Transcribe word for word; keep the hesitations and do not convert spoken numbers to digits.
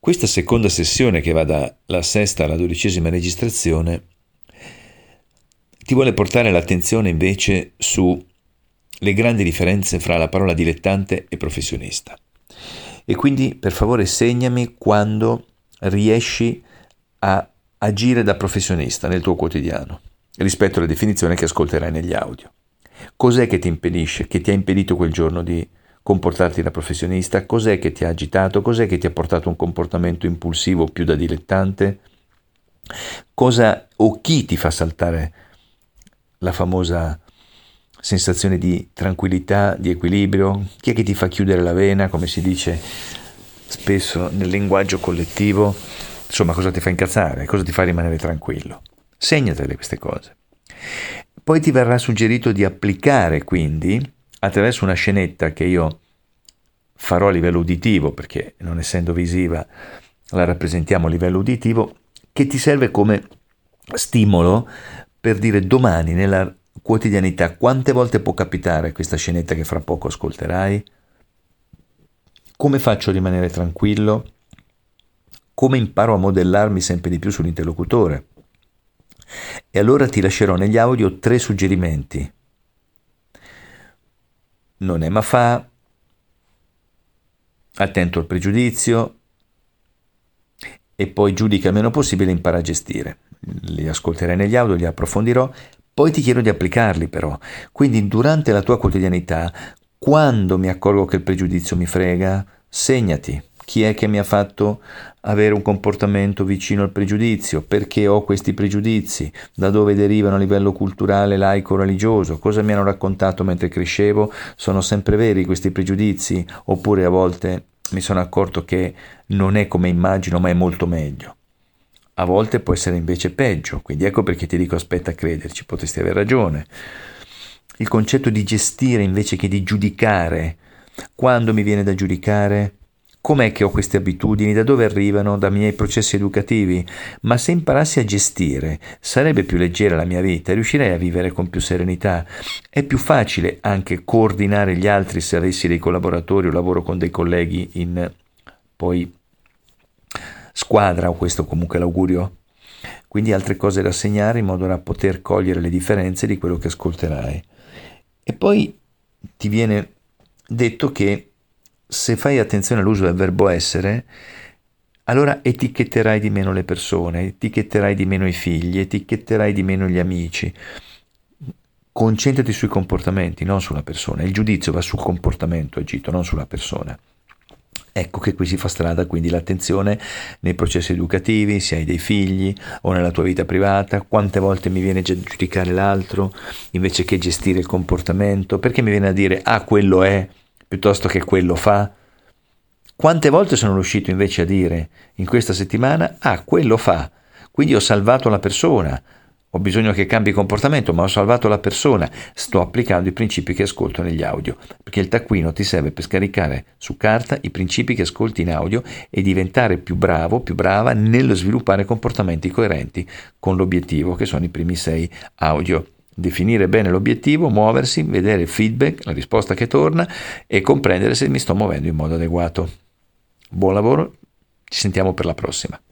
Questa seconda sessione, che va dalla sesta alla dodicesima registrazione, ti vuole portare l'attenzione invece sulle grandi differenze fra la parola dilettante e professionista. E quindi per favore segnami quando riesci a agire da professionista nel tuo quotidiano rispetto alla definizione che ascolterai negli audio. Cos'è che ti impedisce, che ti ha impedito quel giorno di comportarti da professionista? Cos'è che ti ha agitato? Cos'è che ti ha portato un comportamento impulsivo più da dilettante? Cosa o chi ti fa saltare la famosa sensazione di tranquillità, di equilibrio? Chi è che ti fa chiudere la vena, come si dice spesso nel linguaggio collettivo? Insomma, cosa ti fa incazzare? Cosa ti fa rimanere tranquillo? Segnatele queste cose. Poi ti verrà suggerito di applicare quindi, attraverso una scenetta che io farò a livello uditivo, perché non essendo visiva la rappresentiamo a livello uditivo, che ti serve come stimolo per dire domani nella quotidianità quante volte può capitare questa scenetta che fra poco ascolterai, come faccio a rimanere tranquillo, come imparo a modellarmi sempre di più sull'interlocutore. E allora ti lascerò negli audio tre suggerimenti. Non è ma fa, attento al pregiudizio e poi giudica il meno possibile e impara a gestire. Li ascolterai negli audio, li approfondirò, poi ti chiedo di applicarli però. Quindi durante la tua quotidianità, quando mi accorgo che il pregiudizio mi frega, segnati. Chi è che mi ha fatto avere un comportamento vicino al pregiudizio? Perché ho questi pregiudizi? Da dove derivano a livello culturale, laico, religioso? Cosa mi hanno raccontato mentre crescevo? Sono sempre veri questi pregiudizi? Oppure a volte mi sono accorto che non è come immagino, ma è molto meglio? A volte può essere invece peggio, quindi ecco perché ti dico aspetta a crederci, potresti aver ragione. Il concetto di gestire invece che di giudicare. Quando mi viene da giudicare? Com'è che ho queste abitudini? Da dove arrivano? Da miei processi educativi? Ma se imparassi a gestire, sarebbe più leggera la mia vita e riuscirei a vivere con più serenità. È più facile anche coordinare gli altri se avessi dei collaboratori o lavoro con dei colleghi in poi squadra, o questo comunque l'augurio. Quindi altre cose da segnare in modo da poter cogliere le differenze di quello che ascolterai. E poi ti viene detto che se fai attenzione all'uso del verbo essere, allora etichetterai di meno le persone, etichetterai di meno i figli, etichetterai di meno gli amici. Concentrati sui comportamenti, non sulla persona. Il giudizio va sul comportamento agito, non sulla persona. Ecco che qui si fa strada quindi l'attenzione nei processi educativi, se hai dei figli o nella tua vita privata, quante volte mi viene a giudicare l'altro invece che gestire il comportamento, perché mi viene a dire ah quello è piuttosto che quello fa. Quante volte sono riuscito invece a dire in questa settimana ah quello fa, quindi ho salvato la persona, ho bisogno che cambi comportamento ma ho salvato la persona, sto applicando i principi che ascolto negli audio, perché il taccuino ti serve per scaricare su carta i principi che ascolti in audio e diventare più bravo, più brava nello sviluppare comportamenti coerenti con l'obiettivo che sono i primi sei audio. Definire bene l'obiettivo, muoversi, vedere il feedback, la risposta che torna e comprendere se mi sto muovendo in modo adeguato. Buon lavoro, ci sentiamo per la prossima.